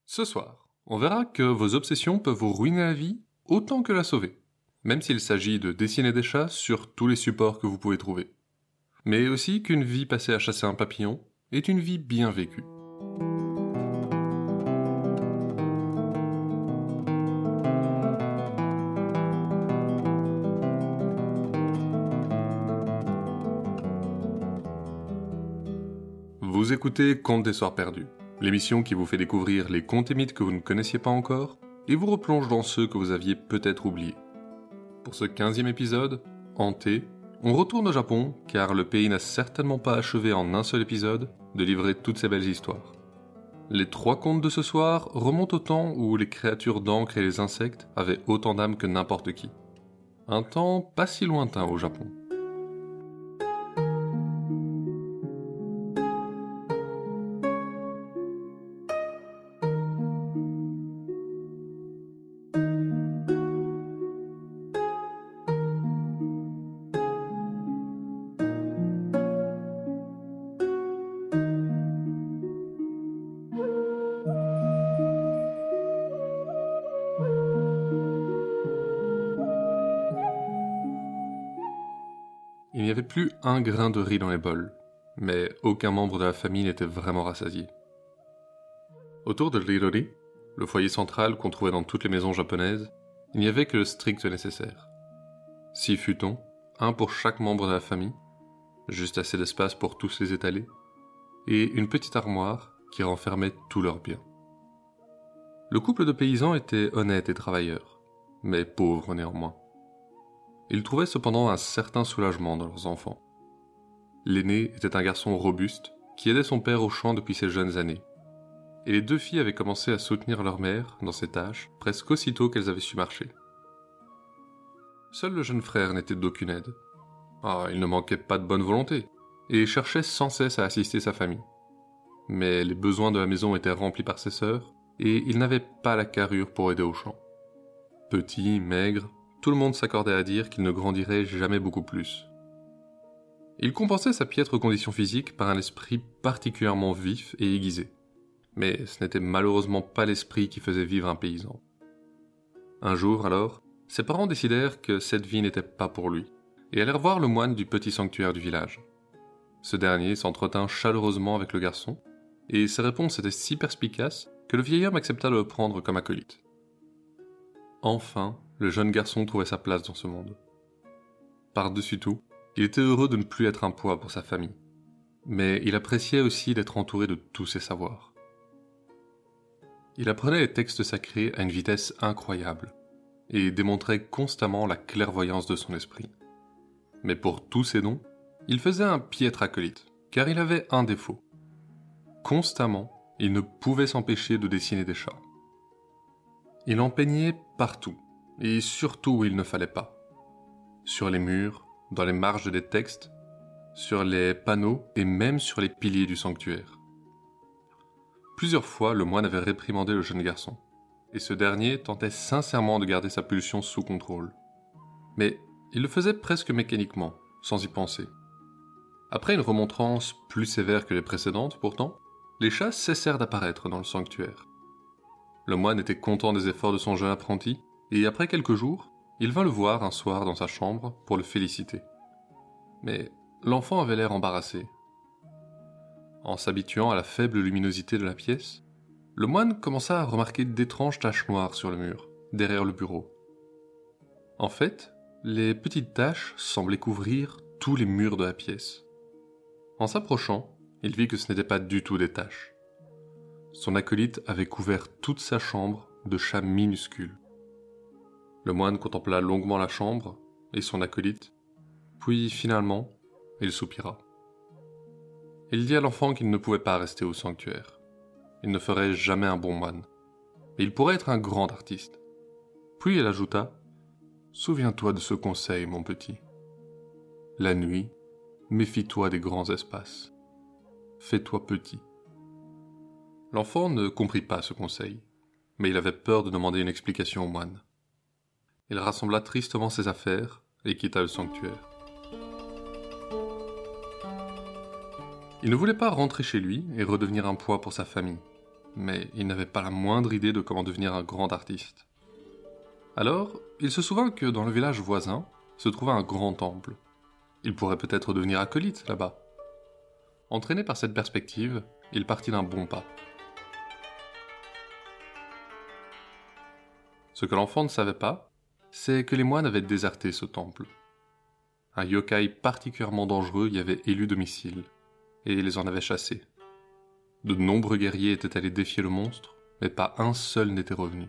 Ce soir, on verra que vos obsessions peuvent vous ruiner la vie autant que la sauver, même s'il s'agit de dessiner des chats sur tous les supports que vous pouvez trouver. Mais aussi qu'une vie passée à chasser un papillon est une vie bien vécue. Vous écoutez Contes des Soirs Perdus, l'émission qui vous fait découvrir les contes et mythes que vous ne connaissiez pas encore et vous replonge dans ceux que vous aviez peut-être oubliés. Pour ce 15e épisode, Hanté, on retourne au Japon car le pays n'a certainement pas achevé en un seul épisode de livrer toutes ces belles histoires. Les 3 contes de ce soir remontent au temps où les créatures d'encre et les insectes avaient autant d'âme que n'importe qui. Un temps pas si lointain au Japon. Il n'y avait plus un grain de riz dans les bols, mais aucun membre de la famille n'était vraiment rassasié. Autour de l'irori, le foyer central qu'on trouvait dans toutes les maisons japonaises, il n'y avait que le strict nécessaire. 6 futons, un pour chaque membre de la famille, juste assez d'espace pour tous les étaler, et une petite armoire qui renfermait tous leurs biens. Le couple de paysans était honnête et travailleur, mais pauvre néanmoins. Ils trouvaient cependant un certain soulagement dans leurs enfants. L'aîné était un garçon robuste qui aidait son père au champ depuis ses jeunes années. Et les 2 filles avaient commencé à soutenir leur mère dans ses tâches presque aussitôt qu'elles avaient su marcher. Seul le jeune frère n'était d'aucune aide. Il ne manquait pas de bonne volonté et cherchait sans cesse à assister sa famille. Mais les besoins de la maison étaient remplis par ses sœurs et il n'avait pas la carrure pour aider au champ. Petit, maigre, tout le monde s'accordait à dire qu'il ne grandirait jamais beaucoup plus. Il compensait sa piètre condition physique par un esprit particulièrement vif et aiguisé. Mais ce n'était malheureusement pas l'esprit qui faisait vivre un paysan. Un jour, alors, ses parents décidèrent que cette vie n'était pas pour lui, et allèrent voir le moine du petit sanctuaire du village. Ce dernier s'entretint chaleureusement avec le garçon, et ses réponses étaient si perspicaces que le vieil homme accepta de le prendre comme acolyte. Enfin, le jeune garçon trouvait sa place dans ce monde. Par-dessus tout, il était heureux de ne plus être un poids pour sa famille. Mais il appréciait aussi d'être entouré de tous ses savoirs. Il apprenait les textes sacrés à une vitesse incroyable, et démontrait constamment la clairvoyance de son esprit. Mais pour tous ses dons, il faisait un piètre acolyte, car il avait un défaut. Constamment, il ne pouvait s'empêcher de dessiner des chats. Il en peignait partout, et surtout où il ne fallait pas. Sur les murs, dans les marges des textes, sur les panneaux et même sur les piliers du sanctuaire. Plusieurs fois, le moine avait réprimandé le jeune garçon, et ce dernier tentait sincèrement de garder sa pulsion sous contrôle. Mais il le faisait presque mécaniquement, sans y penser. Après une remontrance plus sévère que les précédentes, pourtant, les chats cessèrent d'apparaître dans le sanctuaire. Le moine était content des efforts de son jeune apprenti, et après quelques jours, il vint le voir un soir dans sa chambre pour le féliciter. Mais l'enfant avait l'air embarrassé. En s'habituant à la faible luminosité de la pièce, le moine commença à remarquer d'étranges taches noires sur le mur, derrière le bureau. En fait, les petites taches semblaient couvrir tous les murs de la pièce. En s'approchant, il vit que ce n'était pas du tout des taches. Son acolyte avait couvert toute sa chambre de chats minuscules. Le moine contempla longuement la chambre et son acolyte, puis finalement, il soupira. Il dit à l'enfant qu'il ne pouvait pas rester au sanctuaire. Il ne ferait jamais un bon moine, mais il pourrait être un grand artiste. Puis il ajouta « Souviens-toi de ce conseil, mon petit. La nuit, méfie-toi des grands espaces. Fais-toi petit. » L'enfant ne comprit pas ce conseil, mais il avait peur de demander une explication au moine. Il rassembla tristement ses affaires et quitta le sanctuaire. Il ne voulait pas rentrer chez lui et redevenir un poids pour sa famille, mais il n'avait pas la moindre idée de comment devenir un grand artiste. Alors, il se souvint que dans le village voisin se trouvait un grand temple. Il pourrait peut-être devenir acolyte là-bas. Entraîné par cette perspective, il partit d'un bon pas. Ce que l'enfant ne savait pas, c'est que les moines avaient déserté ce temple. Un yokai particulièrement dangereux y avait élu domicile, et les en avait chassés. De nombreux guerriers étaient allés défier le monstre, mais pas un seul n'était revenu.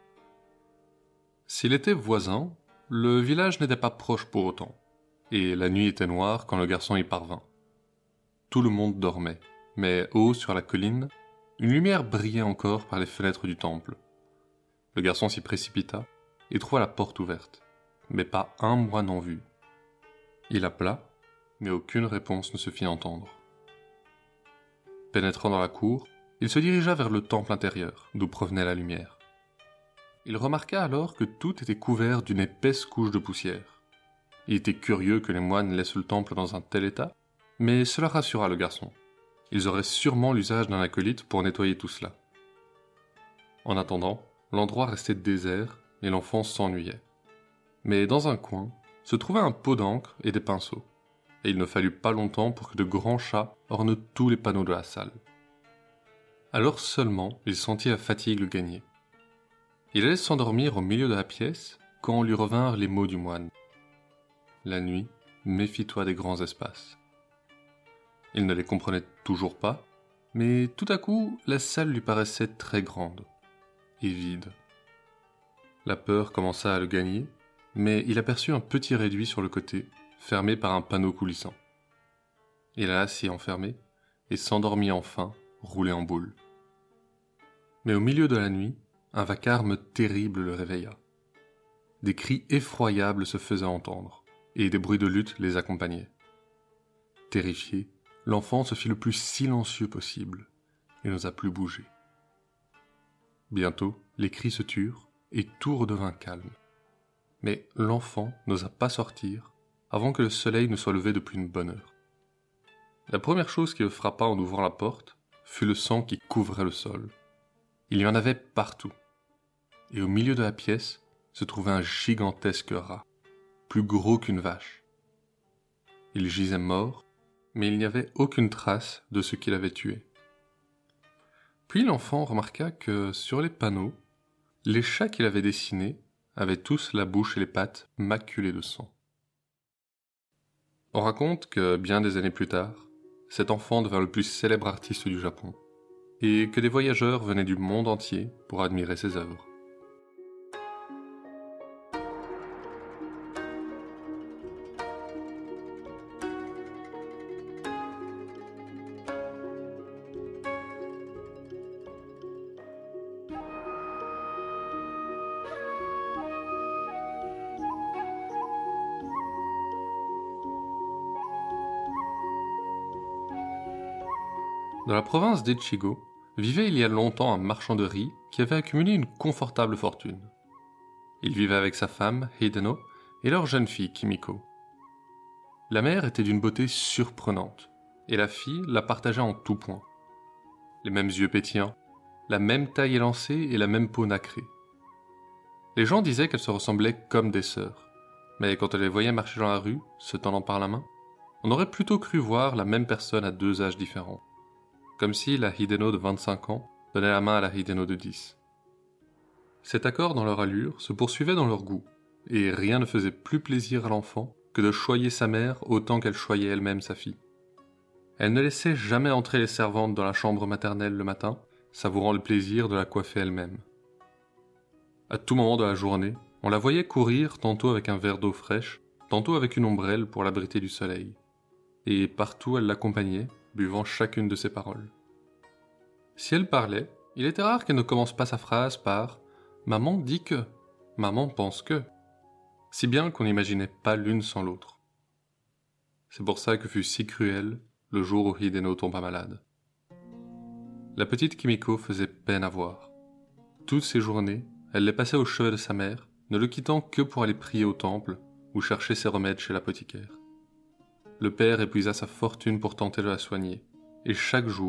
S'il était voisin, le village n'était pas proche pour autant, et la nuit était noire quand le garçon y parvint. Tout le monde dormait, mais haut sur la colline, une lumière brillait encore par les fenêtres du temple. Le garçon s'y précipita et trouva la porte ouverte, mais pas un moine en vue. Il appela, mais aucune réponse ne se fit entendre. Pénétrant dans la cour, il se dirigea vers le temple intérieur, d'où provenait la lumière. Il remarqua alors que tout était couvert d'une épaisse couche de poussière. Il était curieux que les moines laissent le temple dans un tel état, mais cela rassura le garçon. Ils auraient sûrement l'usage d'un acolyte pour nettoyer tout cela. En attendant, l'endroit restait désert et l'enfant s'ennuyait. Mais dans un coin, se trouvait un pot d'encre et des pinceaux, et il ne fallut pas longtemps pour que de grands chats ornent tous les panneaux de la salle. Alors seulement, il sentit la fatigue le gagner. Il allait s'endormir au milieu de la pièce quand lui revinrent les mots du moine. La nuit, méfie-toi des grands espaces. Il ne les comprenait toujours pas, mais tout à coup, la salle lui paraissait très grande et vide. La peur commença à le gagner, mais il aperçut un petit réduit sur le côté, fermé par un panneau coulissant. Il alla s'y enfermer et s'endormit enfin, roulé en boule. Mais au milieu de la nuit, un vacarme terrible le réveilla. Des cris effroyables se faisaient entendre, et des bruits de lutte les accompagnaient. Terrifié, l'enfant se fit le plus silencieux possible, et n'osa plus bouger. Bientôt, les cris se turent, et tout redevint calme. Mais l'enfant n'osa pas sortir avant que le soleil ne soit levé depuis une bonne heure. La première chose qui le frappa en ouvrant la porte fut le sang qui couvrait le sol. Il y en avait partout. Et au milieu de la pièce se trouvait un gigantesque rat, plus gros qu'une vache. Il gisait mort, mais il n'y avait aucune trace de ce qui l'avait tué. Puis l'enfant remarqua que sur les panneaux, les chats qu'il avait dessinés avaient tous la bouche et les pattes maculées de sang. On raconte que bien des années plus tard, cet enfant devint le plus célèbre artiste du Japon, et que des voyageurs venaient du monde entier pour admirer ses œuvres. Dans la province d'Echigo, vivait il y a longtemps un marchand de riz qui avait accumulé une confortable fortune. Il vivait avec sa femme, Hideno, et leur jeune fille, Kimiko. La mère était d'une beauté surprenante, et la fille la partageait en tout point. Les mêmes yeux pétillants, la même taille élancée et la même peau nacrée. Les gens disaient qu'elles se ressemblaient comme des sœurs, mais quand on les voyait marcher dans la rue, se tendant par la main, on aurait plutôt cru voir la même personne à deux âges différents. Comme si la Hideno de 25 ans donnait la main à la Hideno de 10. Cet accord dans leur allure se poursuivait dans leur goût, et rien ne faisait plus plaisir à l'enfant que de choyer sa mère autant qu'elle choyait elle-même sa fille. Elle ne laissait jamais entrer les servantes dans la chambre maternelle le matin, savourant le plaisir de la coiffer elle-même. À tout moment de la journée, on la voyait courir tantôt avec un verre d'eau fraîche, tantôt avec une ombrelle pour l'abriter du soleil. Et partout elle l'accompagnait, buvant chacune de ses paroles. Si elle parlait, il était rare qu'elle ne commence pas sa phrase par « Maman dit que »,« Maman pense que », si bien qu'on n'imaginait pas l'une sans l'autre. C'est pour ça que fut si cruel le jour où Hideno tomba malade. La petite Kimiko faisait peine à voir. Toutes ses journées, elle les passait au chevet de sa mère, ne le quittant que pour aller prier au temple ou chercher ses remèdes chez l'apothicaire. Le père épuisa sa fortune pour tenter de la soigner, et chaque jour,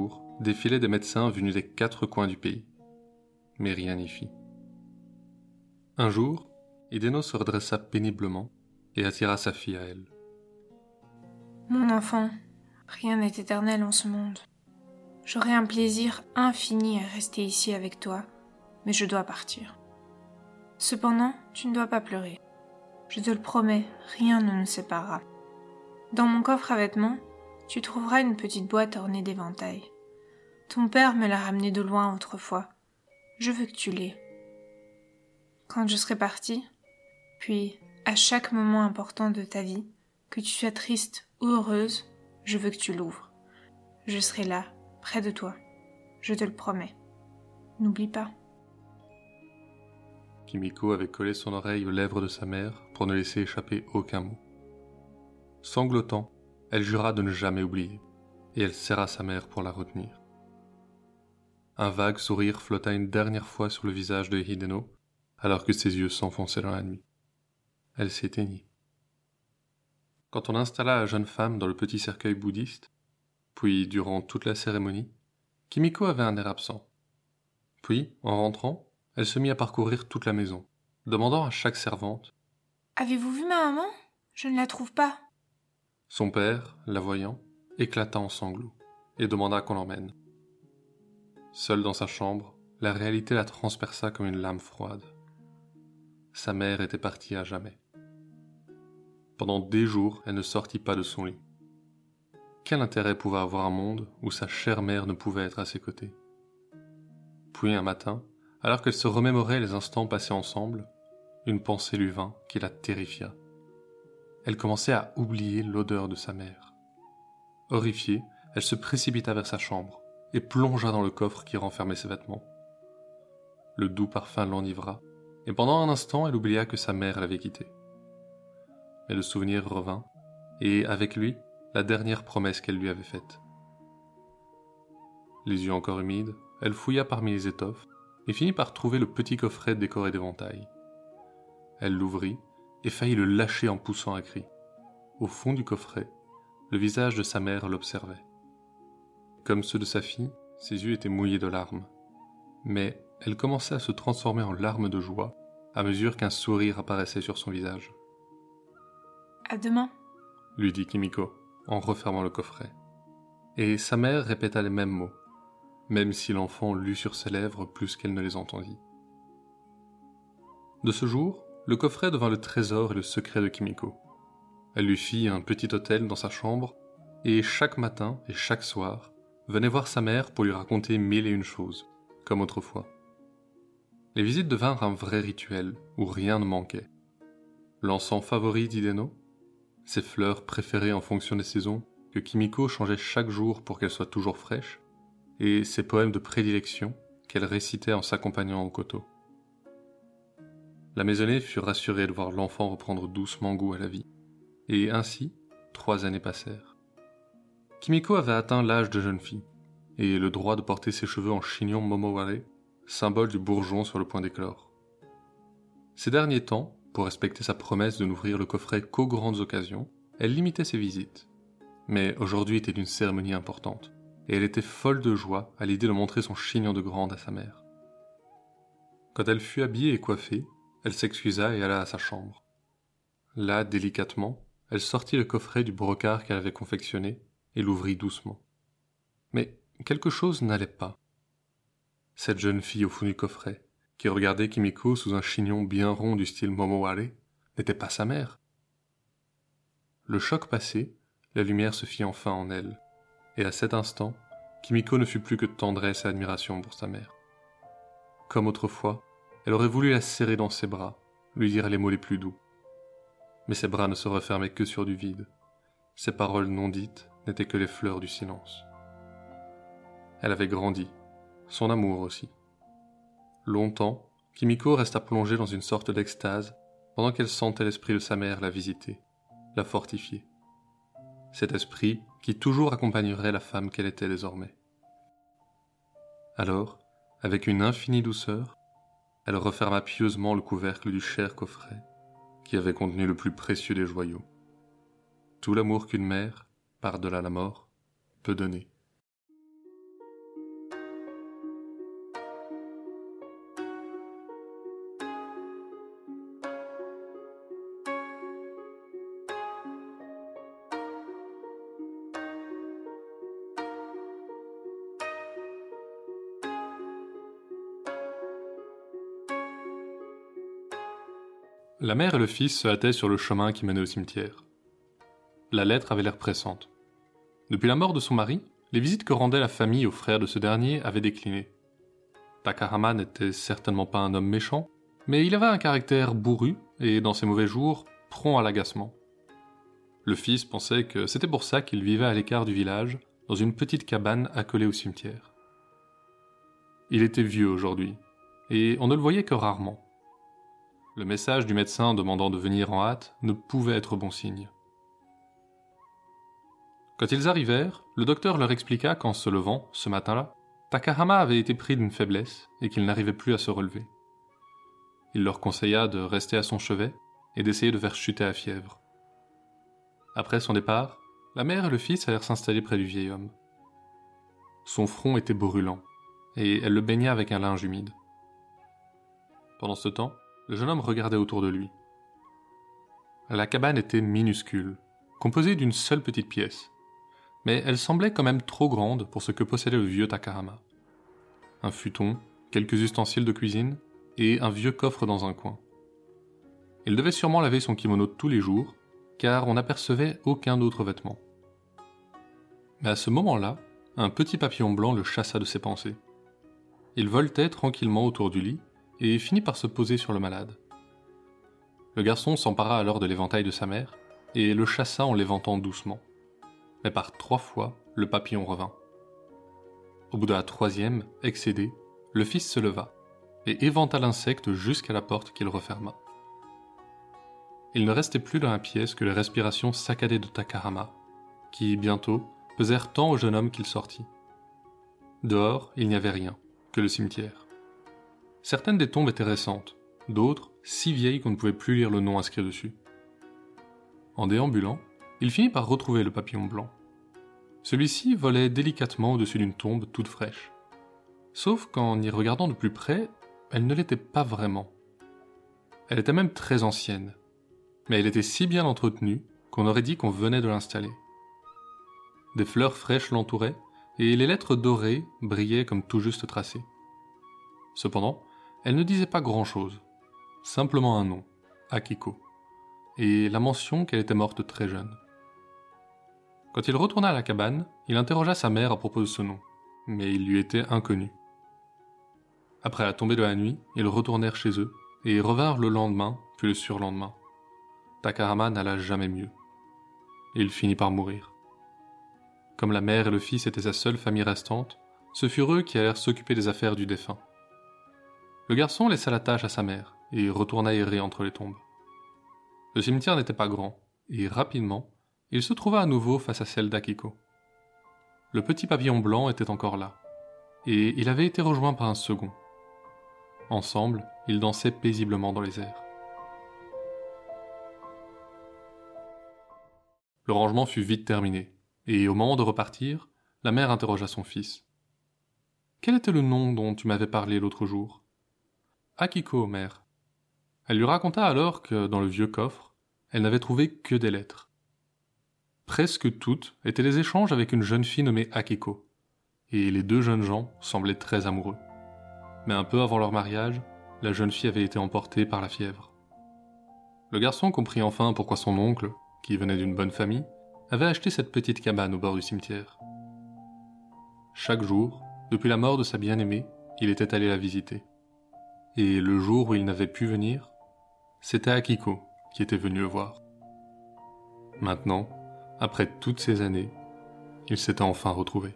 défilaient des médecins venus des 4 coins du pays. Mais rien n'y fit. Un jour, Hideno se redressa péniblement et attira sa fille à elle. « Mon enfant, rien n'est éternel en ce monde. J'aurai un plaisir infini à rester ici avec toi, mais je dois partir. Cependant, tu ne dois pas pleurer. Je te le promets, rien ne nous séparera. Dans mon coffre à vêtements, tu trouveras une petite boîte ornée d'éventails. Ton père me l'a ramenée de loin autrefois. Je veux que tu l'aies. Quand je serai partie, puis à chaque moment important de ta vie, que tu sois triste ou heureuse, je veux que tu l'ouvres. Je serai là, près de toi. Je te le promets. N'oublie pas. » Kimiko avait collé son oreille aux lèvres de sa mère pour ne laisser échapper aucun mot. Sanglotant, elle jura de ne jamais oublier, et elle serra sa mère pour la retenir. Un vague sourire flotta une dernière fois sur le visage de Hideno, alors que ses yeux s'enfonçaient dans la nuit. Elle s'éteignit. Quand on installa la jeune femme dans le petit cercueil bouddhiste, puis durant toute la cérémonie, Kimiko avait un air absent. Puis, en rentrant, elle se mit à parcourir toute la maison, demandant à chaque servante « Avez-vous vu ma maman ? Je ne la trouve pas. » Son père, la voyant, éclata en sanglots et demanda qu'on l'emmène. Seule dans sa chambre, la réalité la transperça comme une lame froide. Sa mère était partie à jamais. Pendant des jours, elle ne sortit pas de son lit. Quel intérêt pouvait avoir un monde où sa chère mère ne pouvait être à ses côtés ? Puis un matin, alors qu'elle se remémorait les instants passés ensemble, une pensée lui vint qui la terrifia. Elle commençait à oublier l'odeur de sa mère. Horrifiée, elle se précipita vers sa chambre et plongea dans le coffre qui renfermait ses vêtements. Le doux parfum l'enivra, et pendant un instant, elle oublia que sa mère l'avait quittée. Mais le souvenir revint, et avec lui, la dernière promesse qu'elle lui avait faite. Les yeux encore humides, elle fouilla parmi les étoffes et finit par trouver le petit coffret décoré d'éventails. Elle l'ouvrit et faillit le lâcher en poussant un cri. Au fond du coffret, le visage de sa mère l'observait. Comme ceux de sa fille, ses yeux étaient mouillés de larmes. Mais elle commençait à se transformer en larmes de joie à mesure qu'un sourire apparaissait sur son visage. « À demain, » lui dit Kimiko, en refermant le coffret. Et sa mère répéta les mêmes mots, même si l'enfant lut sur ses lèvres plus qu'elle ne les entendit. De ce jour, le coffret devint le trésor et le secret de Kimiko. Elle lui fit un petit hôtel dans sa chambre, et chaque matin et chaque soir, venait voir sa mère pour lui raconter 1001 choses, comme autrefois. Les visites devinrent un vrai rituel, où rien ne manquait. L'encens favori d'Hideno, ses fleurs préférées en fonction des saisons, que Kimiko changeait chaque jour pour qu'elles soient toujours fraîches, et ses poèmes de prédilection qu'elle récitait en s'accompagnant au koto. La maisonnée fut rassurée de voir l'enfant reprendre doucement goût à la vie, et ainsi, 3 années passèrent. Kimiko avait atteint l'âge de jeune fille, et le droit de porter ses cheveux en chignon momoware, symbole du bourgeon sur le point d'éclore. Ces derniers temps, pour respecter sa promesse de n'ouvrir le coffret qu'aux grandes occasions, elle limitait ses visites. Mais aujourd'hui était une cérémonie importante, et elle était folle de joie à l'idée de montrer son chignon de grande à sa mère. Quand elle fut habillée et coiffée, elle s'excusa et alla à sa chambre. Là, délicatement, elle sortit le coffret du brocart qu'elle avait confectionné et l'ouvrit doucement. Mais quelque chose n'allait pas. Cette jeune fille au fond du coffret, qui regardait Kimiko sous un chignon bien rond du style momoware, n'était pas sa mère. Le choc passé, la lumière se fit enfin en elle, et à cet instant, Kimiko ne fut plus que tendresse et admiration pour sa mère. Comme autrefois, elle aurait voulu la serrer dans ses bras, lui dire les mots les plus doux. Mais ses bras ne se refermaient que sur du vide. Ses paroles non dites n'étaient que les fleurs du silence. Elle avait grandi, son amour aussi. Longtemps, Kimiko resta plongée dans une sorte d'extase pendant qu'elle sentait l'esprit de sa mère la visiter, la fortifier. Cet esprit qui toujours accompagnerait la femme qu'elle était désormais. Alors, avec une infinie douceur, elle referma pieusement le couvercle du cher coffret qui avait contenu le plus précieux des joyaux. Tout l'amour qu'une mère, par-delà la mort, peut donner. La mère et le fils se hâtaient sur le chemin qui menait au cimetière. La lettre avait l'air pressante. Depuis la mort de son mari, les visites que rendait la famille aux frères de ce dernier avaient décliné. Takahama n'était certainement pas un homme méchant, mais il avait un caractère bourru et, dans ses mauvais jours, prompt à l'agacement. Le fils pensait que c'était pour ça qu'il vivait à l'écart du village, dans une petite cabane accolée au cimetière. Il était vieux aujourd'hui, et on ne le voyait que rarement. Le message du médecin demandant de venir en hâte ne pouvait être bon signe. Quand ils arrivèrent, le docteur leur expliqua qu'en se levant, ce matin-là, Takahama avait été pris d'une faiblesse et qu'il n'arrivait plus à se relever. Il leur conseilla de rester à son chevet et d'essayer de faire chuter la fièvre. Après son départ, la mère et le fils allèrent s'installer près du vieil homme. Son front était brûlant, et elle le baigna avec un linge humide. Pendant ce temps, le jeune homme regardait autour de lui. La cabane était minuscule, composée d'une seule petite pièce, mais elle semblait quand même trop grande pour ce que possédait le vieux Takahama. Un futon, quelques ustensiles de cuisine, et un vieux coffre dans un coin. Il devait sûrement laver son kimono tous les jours, car on n'apercevait aucun autre vêtement. Mais à ce moment-là, un petit papillon blanc le chassa de ses pensées. Il voltait tranquillement autour du lit et finit par se poser sur le malade. Le garçon s'empara alors de l'éventail de sa mère et le chassa en l'éventant doucement. Mais par 3 fois, le papillon revint. Au bout de la 3e, excédé, le fils se leva et éventa l'insecte jusqu'à la porte qu'il referma. Il ne restait plus dans la pièce que les respirations saccadées de Takahama, qui, bientôt, pesèrent tant au jeune homme qu'il sortit. Dehors, il n'y avait rien, que le cimetière. Certaines des tombes étaient récentes, d'autres si vieilles qu'on ne pouvait plus lire le nom inscrit dessus. En déambulant, il finit par retrouver le papillon blanc. Celui-ci volait délicatement au-dessus d'une tombe toute fraîche. Sauf qu'en y regardant de plus près, elle ne l'était pas vraiment. Elle était même très ancienne, mais elle était si bien entretenue qu'on aurait dit qu'on venait de l'installer. Des fleurs fraîches l'entouraient, et les lettres dorées brillaient comme tout juste tracées. Cependant, elle ne disait pas grand-chose, simplement un nom, Akiko, et la mention qu'elle était morte très jeune. Quand il retourna à la cabane, il interrogea sa mère à propos de ce nom, mais il lui était inconnu. Après la tombée de la nuit, ils retournèrent chez eux, et revinrent le lendemain, puis le surlendemain. Takahama n'alla jamais mieux. Et il finit par mourir. Comme la mère et le fils étaient sa seule famille restante, ce furent eux qui allèrent s'occuper des affaires du défunt. Le garçon laissa la tâche à sa mère, et retourna errer entre les tombes. Le cimetière n'était pas grand, et rapidement, il se trouva à nouveau face à celle d'Akiko. Le petit papillon blanc était encore là, et il avait été rejoint par un second. Ensemble, ils dansaient paisiblement dans les airs. Le rangement fut vite terminé, et au moment de repartir, la mère interrogea son fils. « Quel était le nom dont tu m'avais parlé l'autre jour ?»« Akiko, mère. » Elle lui raconta alors que, dans le vieux coffre, elle n'avait trouvé que des lettres. Presque toutes étaient des échanges avec une jeune fille nommée Akiko, et les 2 jeunes gens semblaient très amoureux. Mais un peu avant leur mariage, la jeune fille avait été emportée par la fièvre. Le garçon comprit enfin pourquoi son oncle, qui venait d'une bonne famille, avait acheté cette petite cabane au bord du cimetière. Chaque jour, depuis la mort de sa bien-aimée, il était allé la visiter. Et le jour où il n'avait pu venir, c'était Akiko qui était venu le voir. Maintenant, après toutes ces années, ils s'étaient enfin retrouvés.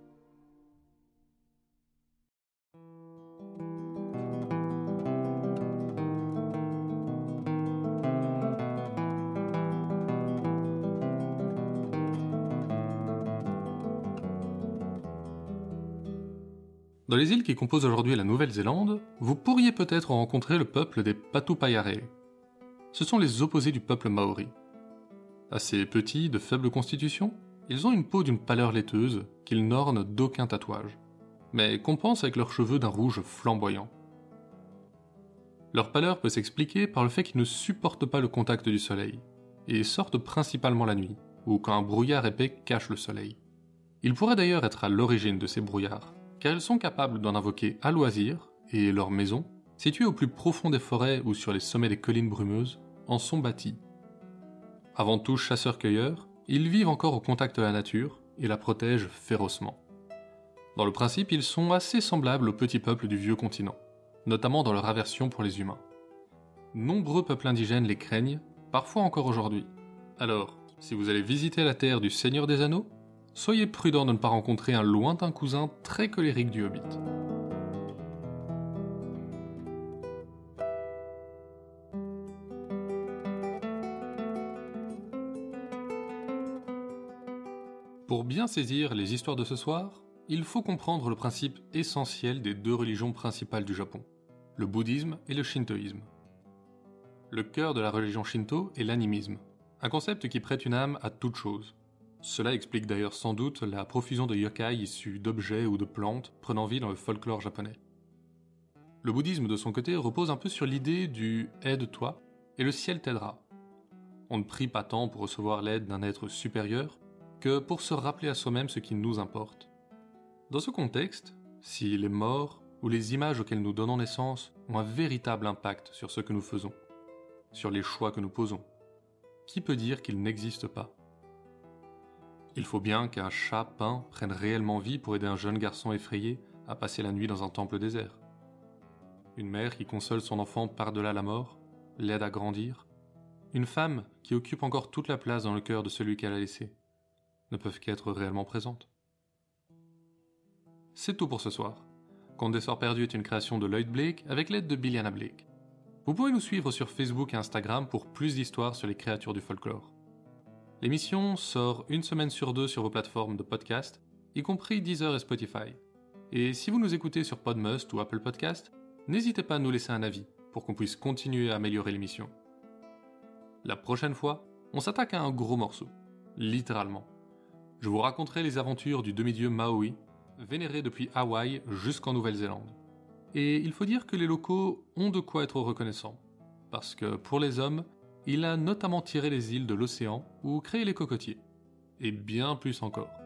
Dans les îles qui composent aujourd'hui la Nouvelle-Zélande, vous pourriez peut-être rencontrer le peuple des Patupaiare'e. Ce sont les opposés du peuple maori. Assez petits, de faible constitution, ils ont une peau d'une pâleur laiteuse qu'ils n'ornent d'aucun tatouage, mais compensent avec leurs cheveux d'un rouge flamboyant. Leur pâleur peut s'expliquer par le fait qu'ils ne supportent pas le contact du soleil, et sortent principalement la nuit, ou quand un brouillard épais cache le soleil. Ils pourraient d'ailleurs être à l'origine de ces brouillards, car ils sont capables d'en invoquer à loisir, et leur maison, situés au plus profond des forêts ou sur les sommets des collines brumeuses, en sont bâtis. Avant tout chasseurs-cueilleurs, ils vivent encore au contact de la nature et la protègent férocement. Dans le principe, ils sont assez semblables aux petits peuples du vieux continent, notamment dans leur aversion pour les humains. Nombreux peuples indigènes les craignent, parfois encore aujourd'hui. Alors, si vous allez visiter la terre du Seigneur des Anneaux, soyez prudent de ne pas rencontrer un lointain cousin très colérique du Hobbit. Pour bien saisir les histoires de ce soir, il faut comprendre le principe essentiel des deux religions principales du Japon, le bouddhisme et le shintoïsme. Le cœur de la religion shinto est l'animisme, un concept qui prête une âme à toute chose. Cela explique d'ailleurs sans doute la profusion de yokai issus d'objets ou de plantes prenant vie dans le folklore japonais. Le bouddhisme de son côté repose un peu sur l'idée du « aide-toi » et le ciel t'aidera. On ne prie pas tant pour recevoir l'aide d'un être supérieur que pour se rappeler à soi-même ce qui nous importe. Dans ce contexte, si les morts ou les images auxquelles nous donnons naissance ont un véritable impact sur ce que nous faisons, sur les choix que nous posons, qui peut dire qu'ils n'existent pas ? Il faut bien qu'un chat peint prenne réellement vie pour aider un jeune garçon effrayé à passer la nuit dans un temple désert. Une mère qui console son enfant par-delà la mort, l'aide à grandir. Une femme qui occupe encore toute la place dans le cœur de celui qu'elle a laissé, ne peuvent qu'être réellement présentes. C'est tout pour ce soir. Conte des Sorts Perdus est une création de Lloyd Blake avec l'aide de Billiana Blake. Vous pouvez nous suivre sur Facebook et Instagram pour plus d'histoires sur les créatures du folklore. L'émission sort une semaine sur 2 sur vos plateformes de podcast, y compris Deezer et Spotify. Et si vous nous écoutez sur Podmust ou Apple Podcast, n'hésitez pas à nous laisser un avis pour qu'on puisse continuer à améliorer l'émission. La prochaine fois, on s'attaque à un gros morceau, littéralement. Je vous raconterai les aventures du demi-dieu Maui, vénéré depuis Hawaï jusqu'en Nouvelle-Zélande. Et il faut dire que les locaux ont de quoi être reconnaissants, parce que pour les hommes, il a notamment tiré les îles de l'océan ou créé les cocotiers, et bien plus encore.